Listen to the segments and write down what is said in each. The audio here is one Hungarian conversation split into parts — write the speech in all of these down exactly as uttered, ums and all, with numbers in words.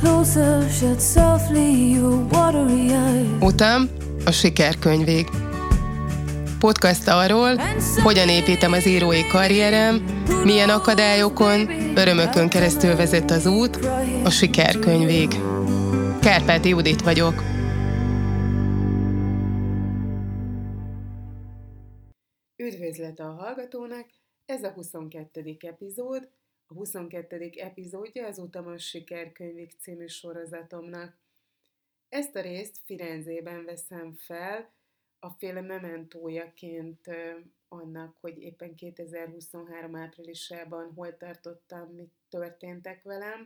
closer, shed softly your watery eyes. Utam, a sikerkönyvig. Podcast arról, hogyan építem az írói karrierem, milyen akadályokon, örömökön keresztül vezet az út a sikerkönyvig. Kárpáti Judit vagyok. Üdvözlet a hallgatónak, ez a huszonkettedik epizód. A huszonkettedik epizódja az Utam a sikerkönyvig című sorozatomnak. Ezt a részt Firenzében veszem fel, a film mementójaként annak, hogy éppen kétezer-huszonhárom áprilisában hol tartottam, mit történtek velem,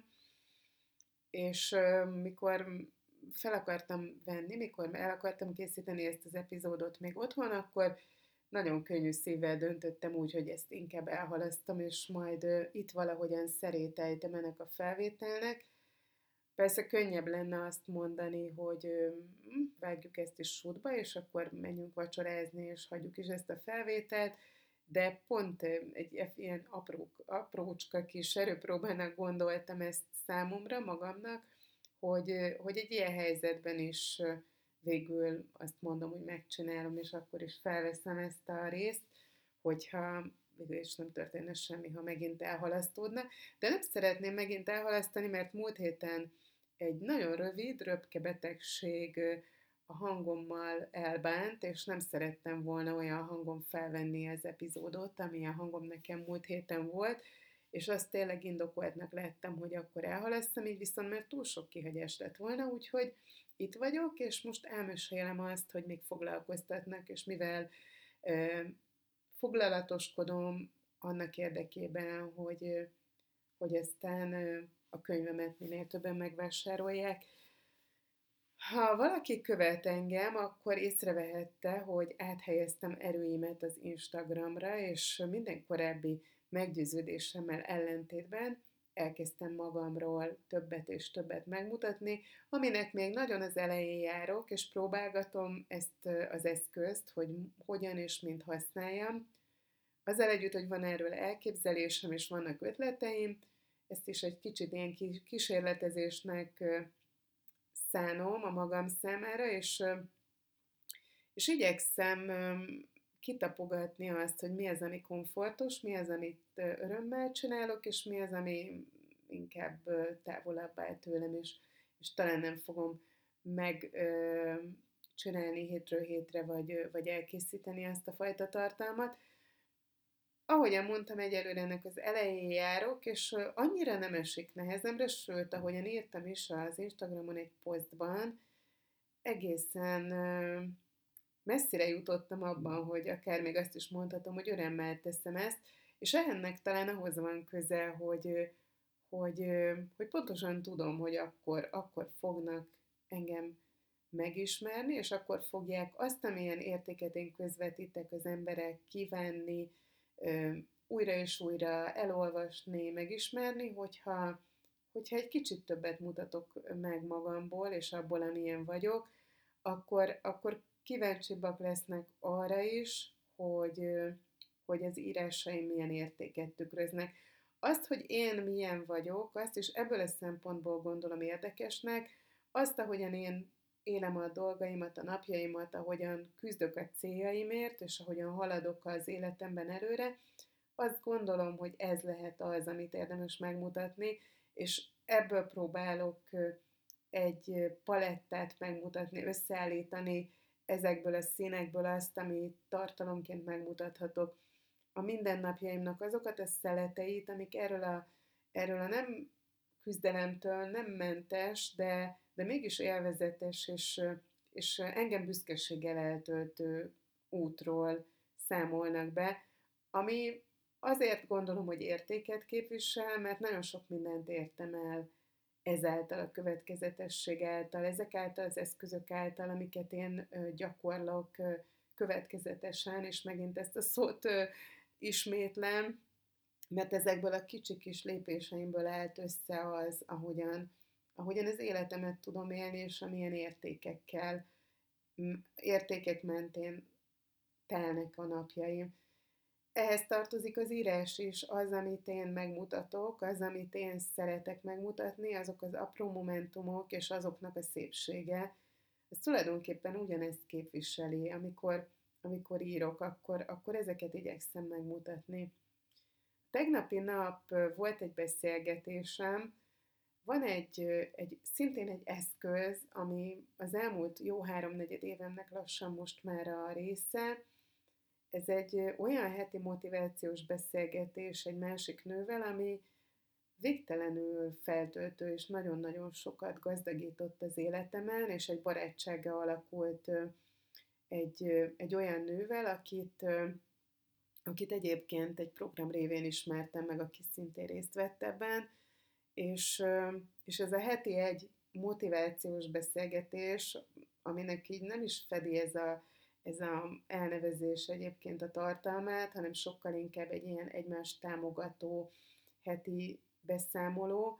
és mikor fel akartam venni, mikor el akartam készíteni ezt az epizódot még otthon, akkor nagyon könnyű szívvel döntöttem úgy, hogy ezt inkább elhalasztom, és majd uh, itt valahogyan szerét ejtem ennek a felvételnek. Persze könnyebb lenne azt mondani, hogy uh, vágjuk ezt is sútba, és akkor menjünk vacsorázni, és hagyjuk is ezt a felvételt, de pont uh, egy ilyen apró, aprócska kis erőpróbának gondoltam ezt számomra, magamnak, hogy, uh, hogy egy ilyen helyzetben is uh, végül azt mondom, hogy megcsinálom, és akkor is felveszem ezt a részt, hogyha végül is nem történne semmi, ha megint elhalasztódna. De nem szeretném megint elhalasztani, mert múlt héten egy nagyon rövid, röpke betegség a hangommal elbánt, és nem szerettem volna olyan hangon felvenni az epizódot, amilyen hangom nekem múlt héten volt, és azt tényleg indokoltnak láttam, hogy akkor elhalasztam, így viszont mert túl sok kihagyás lett volna, úgyhogy itt vagyok, és most elmesélem azt, hogy még foglalkoztatnak, és mivel ö, foglalatoskodom annak érdekében, hogy, hogy aztán ö, a könyvemet minél többen megvásárolják. Ha valaki követ engem, akkor észrevehette, hogy áthelyeztem erőimet az Instagramra, és minden korábbi meggyőződésemmel ellentétben elkezdtem magamról többet és többet megmutatni, aminek még nagyon az elején járok, és próbálgatom ezt az eszközt, hogy hogyan és mint használjam. Azzal együtt, hogy van erről elképzelésem, és vannak ötleteim, ezt is egy kicsit ilyen kísérletezésnek szánom a magam számára, és, és igyekszem kitapogatni azt, hogy mi az, ami komfortos, mi az, amit örömmel csinálok, és mi az, ami inkább távolabb áll tőlem, és, és talán nem fogom megcsinálni hétről hétre, vagy, vagy elkészíteni azt a fajta tartalmat. Ahogyan mondtam, egyelőre ennek az elején járok, és annyira nem esik nehezemre, sőt, ahogyan írtam is az Instagramon egy posztban, egészen messzire jutottam abban, hogy akár még azt is mondhatom, hogy örömmel teszem ezt, és ennek talán ahhoz van köze, hogy, hogy, hogy pontosan tudom, hogy akkor, akkor fognak engem megismerni, és akkor fogják azt, amilyen értéket én közvetítek, az emberek kívánni, újra és újra elolvasni, megismerni, hogyha, hogyha egy kicsit többet mutatok meg magamból, és abból, amilyen vagyok, akkor, akkor kíváncsibbak lesznek arra is, hogy, hogy az írásaim milyen értéket tükröznek. Azt, hogy én milyen vagyok, azt is ebből a szempontból gondolom érdekesnek, azt, ahogyan én élem a dolgaimat, a napjaimat, ahogyan küzdök a céljaimért, és ahogyan haladok az életemben előre, azt gondolom, hogy ez lehet az, amit érdemes megmutatni, és ebből próbálok egy palettát megmutatni, összeállítani ezekből a színekből azt, amit tartalomként megmutathatok. A mindennapjaimnak azokat a szeleteit, amik erről a, erről a nem küzdelemtől nem mentes, de, de mégis élvezetes, és, és engem büszkeséggel eltöltő útról számolnak be, ami azért gondolom, hogy értéket képvisel, mert nagyon sok mindent értem el ezáltal, a következetesség által, ezek által, az eszközök által, amiket én gyakorlok következetesen, és megint ezt a szót ismétlem, mert ezekből a kicsi kis lépéseimből állt össze az, ahogyan, ahogyan az életemet tudom élni, és amilyen értékekkel, értékek mentén telnek a napjaim. ehhez tartozik az írás is, az, amit én megmutatok, az, amit én szeretek megmutatni, azok az apró momentumok, és azoknak a szépsége. Ez tulajdonképpen ugyanezt képviseli, amikor, amikor írok, akkor, akkor ezeket igyekszem megmutatni. Tegnapi nap volt egy beszélgetésem, van egy, egy, szintén egy eszköz, ami az elmúlt jó háromnegyed évemnek lassan most már a része. Ez egy olyan heti motivációs beszélgetés egy másik nővel, ami végtelenül feltöltő, és nagyon-nagyon sokat gazdagított az életemen, és egy barátsága alakult egy, egy olyan nővel, akit, akit egyébként egy program révén ismertem meg, aki szintén részt vett ebben, és, és ez a heti egy motivációs beszélgetés, aminek így nem is fedi ez a, ez a elnevezés egyébként a tartalmát, hanem sokkal inkább egy ilyen egymást támogató heti beszámoló.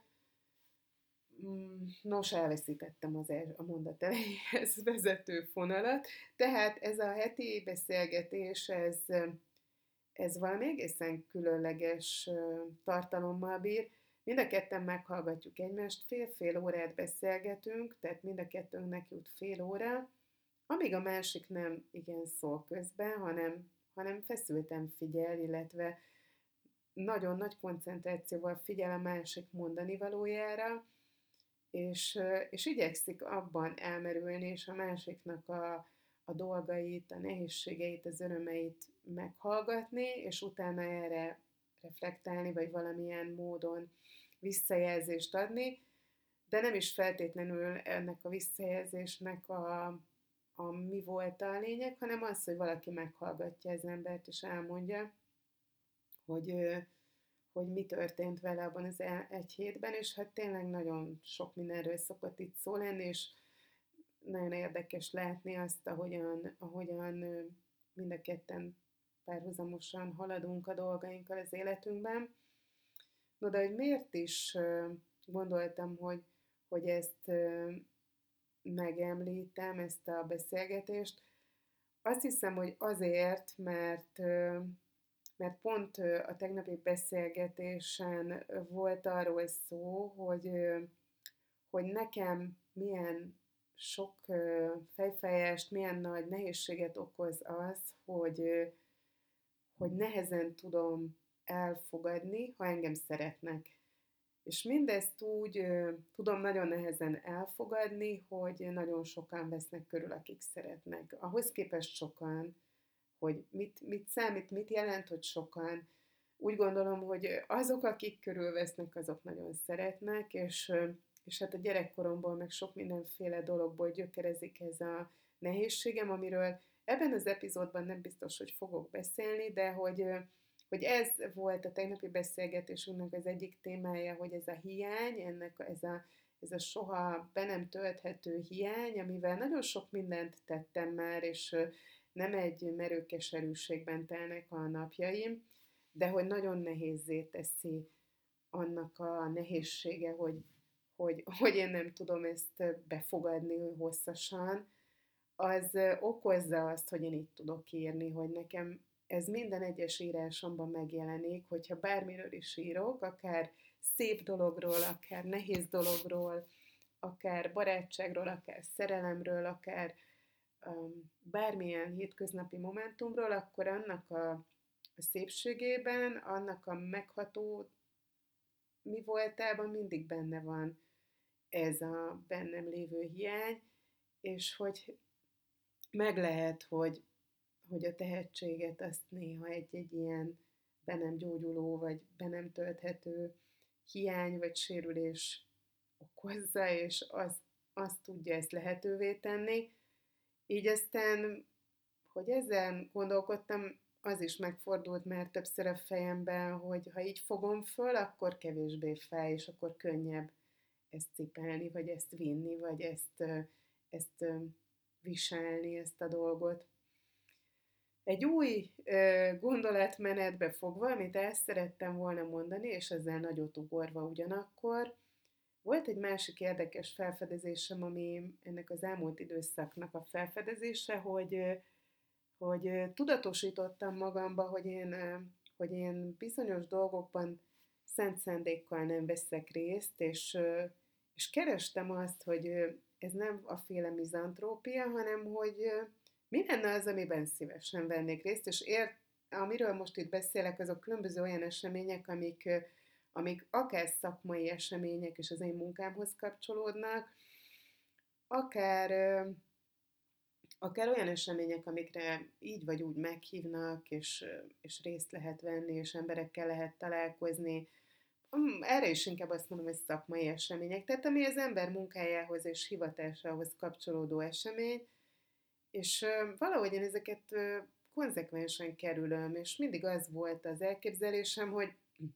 Nos, elveszítettem az el, a mondat elejéhez vezető fonalat, tehát ez a heti beszélgetés, ez, ez valami egészen különleges tartalommal bír. Mind a ketten meghallgatjuk egymást, fél-fél órát beszélgetünk, tehát mind a kettőnknek jut fél óra, amíg a másik nem igen szól közben, hanem, hanem feszülten figyel, illetve nagyon nagy koncentrációval figyel a másik mondani valójára, és, és igyekszik abban elmerülni, és a másiknak a, a dolgait, a nehézségeit, az örömeit meghallgatni, és utána erre reflektálni, vagy valamilyen módon visszajelzést adni, de nem is feltétlenül ennek a visszajelzésnek a, a mi volt a lényeg, hanem az, hogy valaki meghallgatja az embert, és elmondja, hogy, hogy mi történt vele abban az egy hétben, és hát tényleg nagyon sok mindenről szokott itt szó lenni, és nagyon érdekes látni azt, ahogyan, ahogyan mind a ketten párhuzamosan haladunk a dolgainkkal az életünkben. No, de hogy miért is gondoltam, hogy, hogy ezt megemlítem, ezt a beszélgetést, azt hiszem, hogy azért, mert, mert pont a tegnapi beszélgetésen volt arról szó, hogy, hogy nekem milyen sok fejfájást, milyen nagy nehézséget okoz az, hogy, hogy nehezen tudom elfogadni, ha engem szeretnek. És mindezt úgy ö, tudom nagyon nehezen elfogadni, hogy nagyon sokan vesznek körül, akik szeretnek. Ahhoz képest sokan, hogy mit, mit számít, mit jelent, hogy sokan. Úgy gondolom, hogy azok, akik körülvesznek, azok nagyon szeretnek, és, és hát a gyerekkoromból meg sok mindenféle dologból gyökerezik ez a nehézségem, amiről ebben az epizódban nem biztos, hogy fogok beszélni, de hogy hogy ez volt a tegnapi beszélgetésünknek az egyik témája, hogy ez a hiány, ennek ez a, ez a soha be nem tölthető hiány, amivel nagyon sok mindent tettem már, és nem egy merőkeserűségben telnek a napjaim, de hogy nagyon nehézzé teszi annak a nehézsége, hogy, hogy, hogy én nem tudom ezt befogadni hosszasan, az okozza azt, hogy én itt tudok írni, hogy nekem ez minden egyes írásomban megjelenik, hogyha bármiről is írok, akár szép dologról, akár nehéz dologról, akár barátságról, akár szerelemről, akár um, bármilyen hétköznapi momentumról, akkor annak a, a szépségében, annak a megható mi voltában mindig benne van ez a bennem lévő hiány, és hogy meg lehet, hogy hogy a tehetséget azt néha egy-egy ilyen be nem gyógyuló, vagy be nem tölthető hiány, vagy sérülés okozza, és az, azt tudja ezt lehetővé tenni. Így aztán, hogy ezen gondolkodtam, az is megfordult már többször a fejemben, hogy ha így fogom föl, akkor kevésbé fáj, és akkor könnyebb ezt cipelni, vagy ezt vinni, vagy ezt, ezt viselni, ezt a dolgot. Egy új ö, gondolatmenetbe fogva, amit el szerettem volna mondani, és ezzel nagyot ugorva ugyanakkor, volt egy másik érdekes felfedezésem, ami ennek az elmúlt időszaknak a felfedezése, hogy, hogy tudatosítottam magamba, hogy én, hogy én bizonyos dolgokban szent szándékkal nem veszek részt, és, és kerestem azt, hogy ez nem a féle mizantrópia, hanem hogy mi lenne az, amiben szívesen vennék részt, és ért, amiről most itt beszélek, azok különböző olyan események, amik, amik akár szakmai események és az én munkámhoz kapcsolódnak, akár akár olyan események, amikre így vagy úgy meghívnak, és, és részt lehet venni, és emberekkel lehet találkozni. Erre is inkább azt mondom, hogy szakmai események. Tehát ami az ember munkájához és hivatásához kapcsolódó esemény, és valahogy én ezeket konzekvensen kerülöm, és mindig az volt az elképzelésem, hogy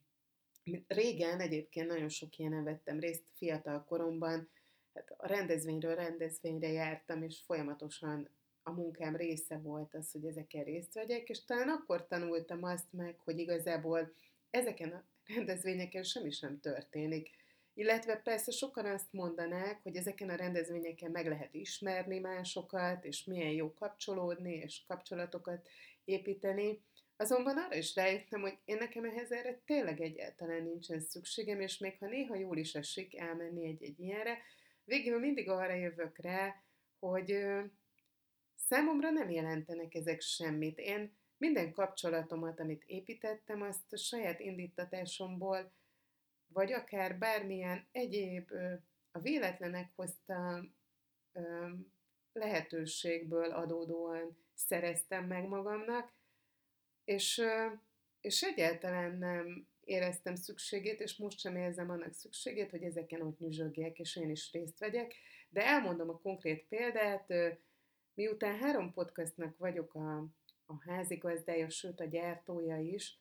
régen egyébként nagyon sok ilyenen vettem részt fiatal koromban, hát a rendezvényről rendezvényre jártam, és folyamatosan a munkám része volt az, hogy ezeken részt vegyek, és talán akkor tanultam azt meg, hogy igazából ezeken a rendezvényeken semmi sem történik. Illetve persze sokan azt mondanák, hogy ezeken a rendezvényeken meg lehet ismerni másokat, és milyen jó kapcsolódni, és kapcsolatokat építeni. Azonban arra is rájöttem, hogy én nekem ehhez erre tényleg egyáltalán nincsen szükségem, és még ha néha jól is esik elmenni egy-egy ilyenre, végül mindig arra jövök rá, hogy ö, számomra nem jelentenek ezek semmit. Én minden kapcsolatomat, amit építettem, azt a saját indítatásomból, vagy akár bármilyen egyéb ö, a véletlenek hozta ö, lehetőségből adódóan szereztem meg magamnak, és, és egyáltalán nem éreztem szükségét, és most sem érzem annak szükségét, hogy ezeken ott nyüzsögjek, és én is részt vegyek. De elmondom a konkrét példát, miután három podcastnak vagyok a, a házigazdája, sőt a gyártója is,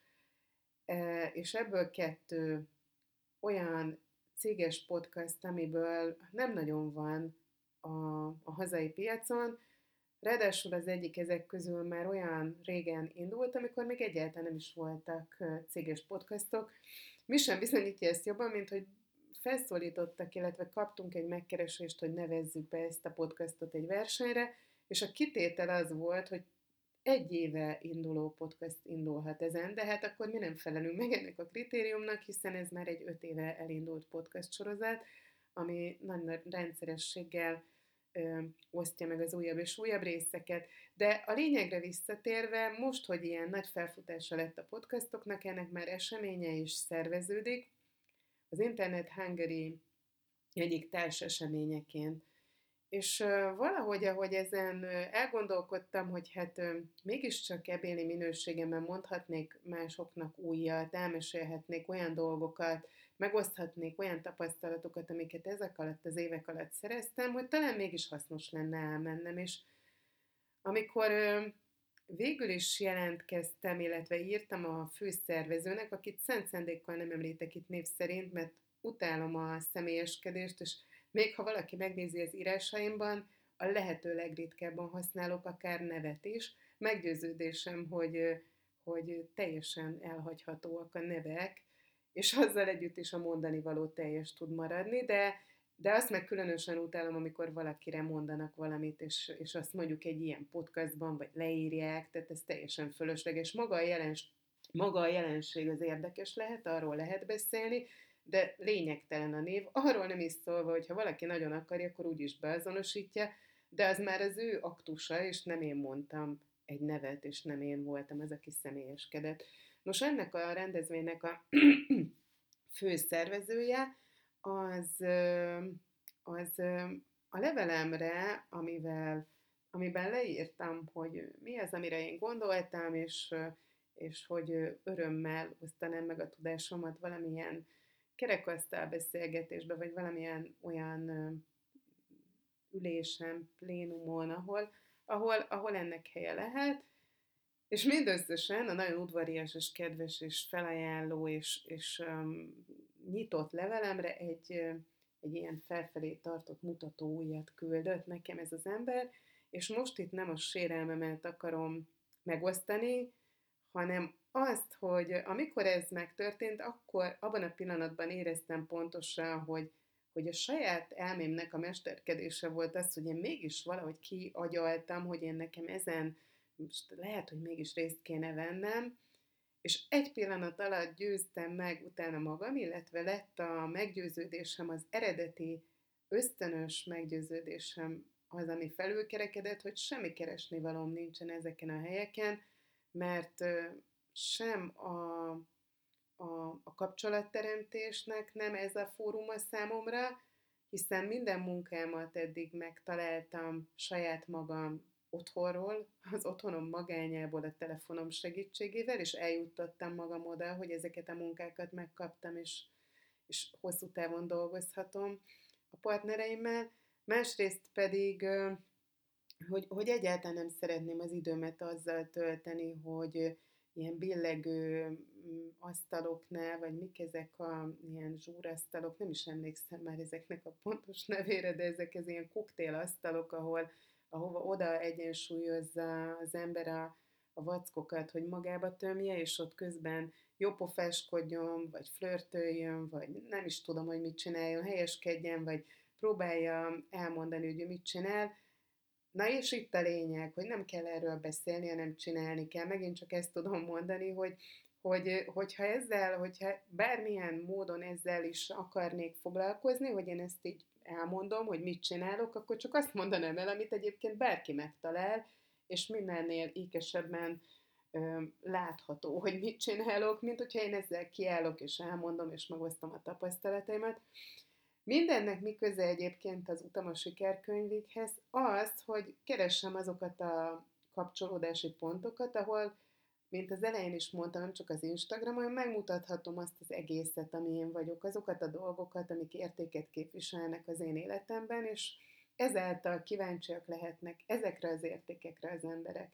és ebből kettő olyan céges podcast, amiből nem nagyon van a, a hazai piacon. Ráadásul az egyik ezek közül már olyan régen indult, amikor még egyáltalán nem is voltak céges podcastok. Mi sem bizonyítja ezt jobban, mint hogy felszólítottak, illetve kaptunk egy megkeresést, hogy nevezzük be ezt a podcastot egy versenyre, és a kitétel az volt, hogy egy éve induló podcast indulhat ezen, de hát akkor mi nem felelünk meg ennek a kritériumnak, hiszen ez már egy öt éve elindult podcast sorozat, ami nagy rendszerességgel ö, osztja meg az újabb és újabb részeket. De a lényegre visszatérve, most, hogy ilyen nagy felfutása lett a podcastoknak, ennek már eseménye is szerveződik. Az Internet Hungary egyik társeseményeként. És uh, valahogy, ahogy ezen uh, elgondolkodtam, hogy hát uh, mégiscsak ebéli minőségemben mondhatnék másoknak újat, elmesélhetnék olyan dolgokat, megoszthatnék olyan tapasztalatokat, amiket ezek alatt, az évek alatt szereztem, hogy talán mégis hasznos lenne elmennem. És amikor uh, végül is jelentkeztem, illetve írtam a főszervezőnek, akit szent szándékkal nem említek itt név szerint, mert utálom a személyeskedést, és még ha valaki megnézi az írásaimban, a lehető legritkábban használok akár nevet is. Meggyőződésem, hogy, hogy teljesen elhagyhatóak a nevek, és azzal együtt is a mondani való teljes tud maradni, de, de azt meg különösen utálom, amikor valakire mondanak valamit, és, és azt mondjuk egy ilyen podcastban, vagy leírják, tehát ez teljesen fölösleges. Maga a, jelens, maga a jelenség az érdekes lehet, arról lehet beszélni, de lényegtelen a név, arról nem is szólva, hogy ha valaki nagyon akarja, akkor úgyis beazonosítja, de az már az ő aktusa, és nem én mondtam egy nevet, és nem én voltam az, aki személyeskedett. Nos, ennek a rendezvénynek a fő szervezője az, az a levelemre, amivel, amiben leírtam, hogy mi az, amire én gondoltam, és, és hogy örömmel osztanám meg a tudásomat valamilyen kerekasztal beszélgetésbe, vagy valamilyen olyan ülésen, plénumon, ahol, ahol, ahol ennek helye lehet, és mindösszesen a nagyon udvarias és kedves és felajánló és, és um, nyitott levelemre egy, egy ilyen felfelé tartott mutató ujjat küldött nekem ez az ember, és most itt nem a sérelmemet akarom megosztani, hanem azt, hogy amikor ez megtörtént, akkor abban a pillanatban éreztem pontosan, hogy, hogy a saját elmémnek a mesterkedése volt az, hogy én mégis valahogy kiagyaltam, hogy én nekem ezen most lehet, hogy mégis részt kéne vennem, és egy pillanat alatt győztem meg utána magam, illetve lett a meggyőződésem, az eredeti ösztönös meggyőződésem az, ami felülkerekedett, hogy semmi keresnivalóm nincsen ezeken a helyeken, mert sem a, a, a kapcsolatteremtésnek nem ez a fóruma számomra, hiszen minden munkámat eddig megtaláltam saját magam otthonról, az otthonom magányából, a telefonom segítségével, és eljuttattam magam oda, hogy ezeket a munkákat megkaptam, és, és hosszú távon dolgozhatom a partnereimmel. Másrészt pedig, hogy, hogy egyáltalán nem szeretném az időmet azzal tölteni, hogy ilyen billegő asztaloknál, vagy mik ezek a ilyen zsúrasztalok, nem is emlékszem már ezeknek a pontos nevére, de ezek az ilyen koktélasztalok, ahol ahova oda egyensúlyozza az ember a, a vackokat, hogy magába tömje, és ott közben jópofáskodjon, vagy flörtöljön, vagy nem is tudom, hogy mit csináljon, helyeskedjen, vagy próbálja elmondani, hogy ő mit csinál. Na és itt a lényeg, hogy nem kell erről beszélni, hanem csinálni kell. Megint csak ezt tudom mondani, hogy, hogy hogyha ezzel, hogyha bármilyen módon ezzel is akarnék foglalkozni, hogy én ezt így elmondom, hogy mit csinálok, akkor csak azt mondanám el, amit egyébként bárki megtalál, és mindennél ékesebben ö, látható, hogy mit csinálok, mint hogyha én ezzel kiállok, és elmondom, és megosztom a tapasztalataimat. Mindennek mi köze egyébként az Utam a sikerkönyvighez? Az, hogy keressem azokat a kapcsolódási pontokat, ahol, mint az elején is mondtam, nem csak az Instagramon, megmutathatom azt az egészet, ami én vagyok, azokat a dolgokat, amik értéket képviselnek az én életemben, és ezáltal kíváncsiak lehetnek ezekre az értékekre az emberek.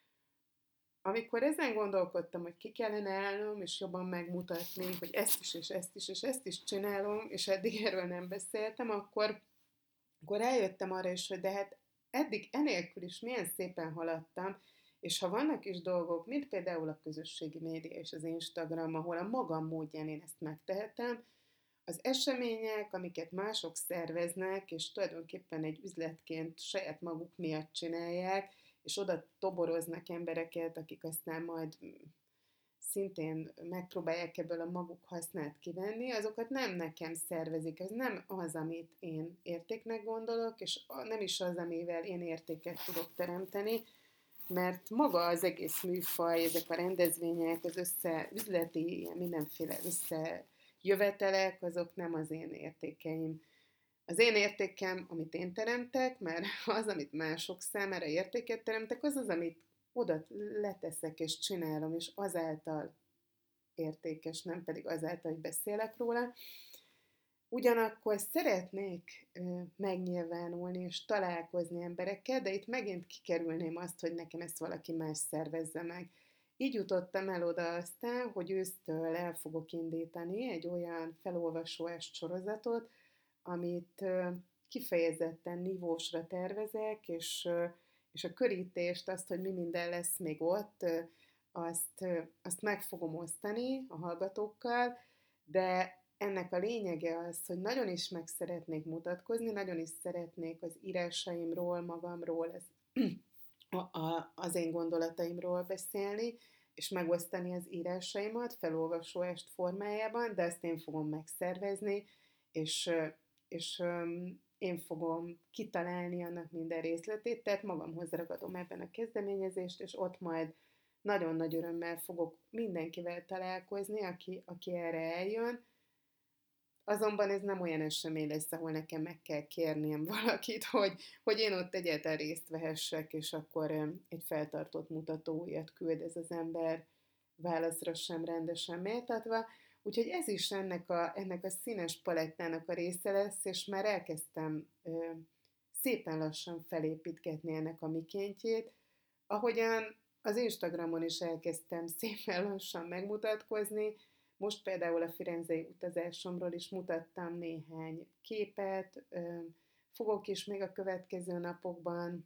Amikor ezen gondolkodtam, hogy ki kellene állnom, és jobban megmutatni, hogy ezt is, és ezt is, és ezt is csinálom, és eddig erről nem beszéltem, akkor, akkor rájöttem arra is, hogy de hát eddig enélkül is milyen szépen haladtam, és ha vannak is dolgok, mint például a közösségi média és az Instagram, ahol a magam módján én ezt megtehetem, az események, amiket mások szerveznek, és tulajdonképpen egy üzletként saját maguk miatt csinálják, és oda toboroznak embereket, akik aztán majd szintén megpróbálják ebből a maguk hasznát kivenni, azokat nem nekem szervezik, ez nem az, amit én értéknek gondolok, és nem is az, amivel én értéket tudok teremteni, mert maga az egész műfaj, ezek a rendezvények, az össze, üzleti, ilyen mindenféle összejövetelek, azok nem az én értékeim. Az én értékem, amit én teremtek, mert az, amit mások számára értéket teremtek, az az, amit oda leteszek és csinálom, és azáltal értékes, nem pedig azáltal, hogy beszélek róla. Ugyanakkor szeretnék ö, megnyilvánulni és találkozni emberekkel, de itt megint kikerülném azt, hogy nekem ezt valaki más szervezze meg. Így jutottam el oda aztán, hogy ősztől el fogok indítani egy olyan felolvasós sorozatot, amit ö, kifejezetten nívósra tervezek, és, ö, és a körítést, azt, hogy mi minden lesz még ott, ö, azt, ö, azt meg fogom osztani a hallgatókkal, de ennek a lényege az, hogy nagyon is meg szeretnék mutatkozni, nagyon is szeretnék az írásaimról, magamról, az, a, a, az én gondolataimról beszélni, és megosztani az írásaimat felolvasóest formájában, de ezt én fogom megszervezni, és, és én fogom kitalálni annak minden részletét, tehát magamhoz ragadom ebben a kezdeményezést, és ott majd nagyon nagy örömmel fogok mindenkivel találkozni, aki, aki erre eljön. Azonban ez nem olyan esemény lesz, ahol nekem meg kell kérniem valakit, hogy, hogy én ott egyáltalán részt vehessek, és akkor egy feltartott mutatóujjat küld ez az ember, válaszra sem rendesen méltatva. Úgyhogy ez is ennek a, ennek a színes palettának a része lesz, és már elkezdtem ö, szépen lassan felépítgetni ennek a mikéntjét, ahogyan az Instagramon is elkezdtem szépen lassan megmutatkozni. Most például a firenzei utazásomról is mutattam néhány képet, fogok is még a következő napokban,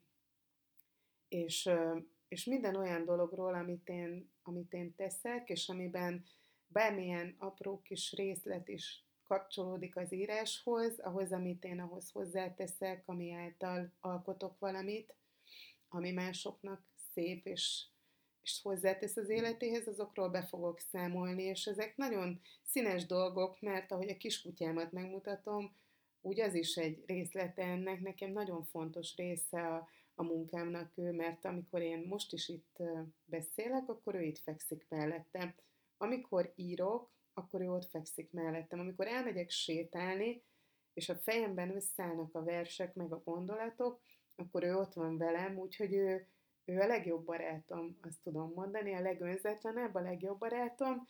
és, és minden olyan dologról, amit én, amit én teszek, és amiben bármilyen apró kis részlet is kapcsolódik az íráshoz, ahhoz, amit én ahhoz hozzáteszek, ami által alkotok valamit, ami másoknak szép, és, és hozzátesz az életéhez, azokról be fogok számolni, és ezek nagyon színes dolgok, mert ahogy a kiskutyámat megmutatom, úgy az is egy részlete ennek, nekem nagyon fontos része a, a munkámnak ő, mert amikor én most is itt beszélek, akkor ő itt fekszik mellettem. Amikor írok, akkor ő ott fekszik mellettem. Amikor elmegyek sétálni, és a fejemben összeállnak a versek, meg a gondolatok, akkor ő ott van velem, úgyhogy ő, ő a legjobb barátom, azt tudom mondani, a legönzetlenebb, a legjobb barátom.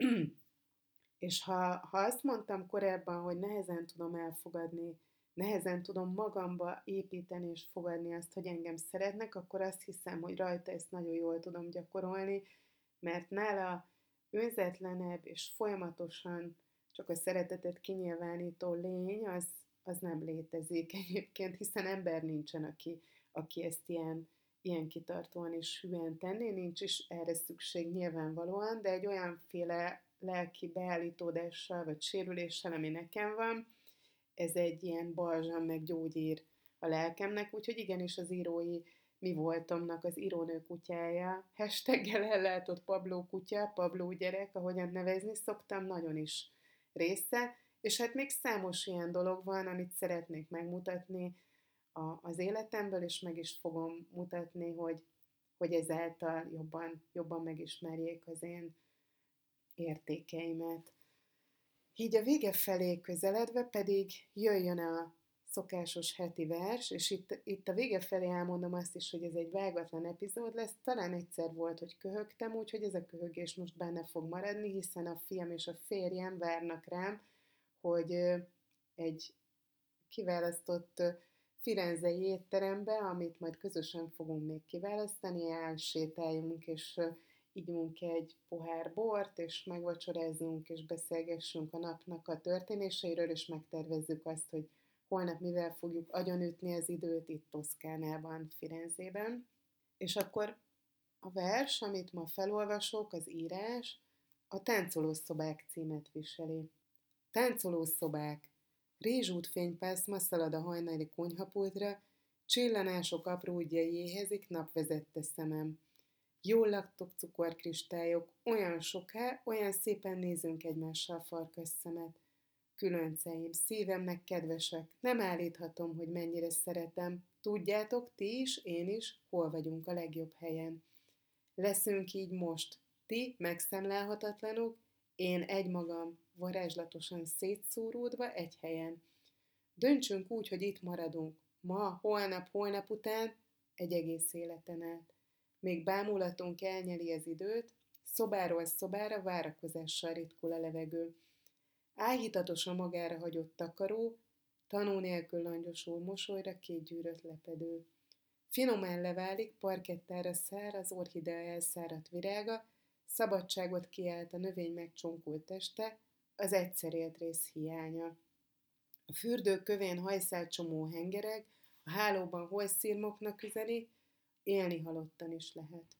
És ha, ha azt mondtam korábban, hogy nehezen tudom elfogadni, nehezen tudom magamba építeni és fogadni azt, hogy engem szeretnek, akkor azt hiszem, hogy rajta ezt nagyon jól tudom gyakorolni, mert nála önzetlenebb és folyamatosan csak a szeretetet kinyilvánító lény, az, az nem létezik egyébként, hiszen ember nincsen, aki, aki ezt ilyen, ilyen kitartóan és hűen tenné, nincs is erre szükség nyilvánvalóan, de egy olyanféle lelki beállítódással vagy sérüléssel, ami nekem van, ez egy ilyen balzsam meg gyógyír a lelkemnek, úgyhogy igenis az írói mi voltomnak az írónő kutyája, hashtaggel ellátott Pablo kutya, Pablo gyerek, ahogyan nevezni szoktam, nagyon is része, és hát még számos ilyen dolog van, amit szeretnék megmutatni a, az életemből, és meg is fogom mutatni, hogy, hogy ezáltal jobban, jobban megismerjék az én értékeimet. Így a vége felé közeledve pedig jöjjön a szokásos heti vers, és itt, itt a vége felé elmondom azt is, hogy ez egy vágatlan epizód lesz. Talán egyszer volt, hogy köhögtem, úgyhogy ez a köhögés most benne fog maradni, hiszen a fiam és a férjem várnak rám, hogy egy kiválasztott firenzei étterembe, amit majd közösen fogunk még kiválasztani, elsétáljunk, és ígyunk egy pohár bort, és megvacsorázzunk, és beszélgessünk a napnak a történéseiről, és megtervezzük azt, hogy holnap mivel fogjuk agyonütni az időt itt Toszkánában, Firenzében. És akkor a vers, amit ma felolvasok, az írás, a Táncolószobák címet viseli. Táncolószobák. Rézsút fénypászma szalad a hajnali konyhapultra, csillanások apródjai éhezik napvezette szemem. Jól laktok cukorkristályok, olyan soká, olyan szépen nézünk egymással farkas szemet. Különceim, szívemnek kedvesek, nem állíthatom, hogy mennyire szeretem. Tudjátok, ti is, én is, hol vagyunk a legjobb helyen. Leszünk így most, ti megszemlálhatatlanok, én egymagam, varázslatosan szétszóródva egy helyen. Döntsünk úgy, hogy itt maradunk, ma, holnap, holnap után, egy egész életen át. Még bámulatunk elnyeli az időt, szobáról szobára várakozással ritkul a levegő. Áhítatosan magára hagyott takaró, tanú nélkül langyosul mosolyra két gyűrött lepedő. Finoman leválik, parkettára szár az orchidea elszáradt virága, szabadságot kiált a növény megcsonkult teste, az egyszer élt rész hiánya. A fürdő kövén hajszált csomó hengereg, a hálóban hojszírmoknak üzeni, élni halottan is lehet.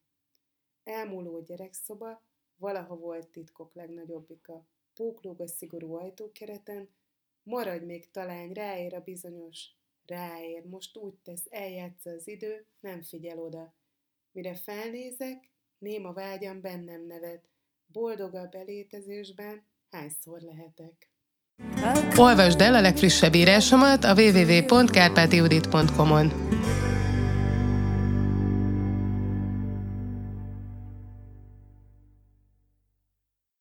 Elmúló gyerekszoba, valaha volt titkok legnagyobbika. Póklóg a szigorú ajtókereten, maradj még talány, ráér a bizonyos, ráér, most úgy tesz, eljátsza az idő, nem figyel oda. Mire felnézek, néma vágyam bennem nevet, boldogabb elétezésben hányszor lehetek. Olvasd el a legfrissebb írásomat a double-u double-u double-u pont kárpáti judit pont com-on.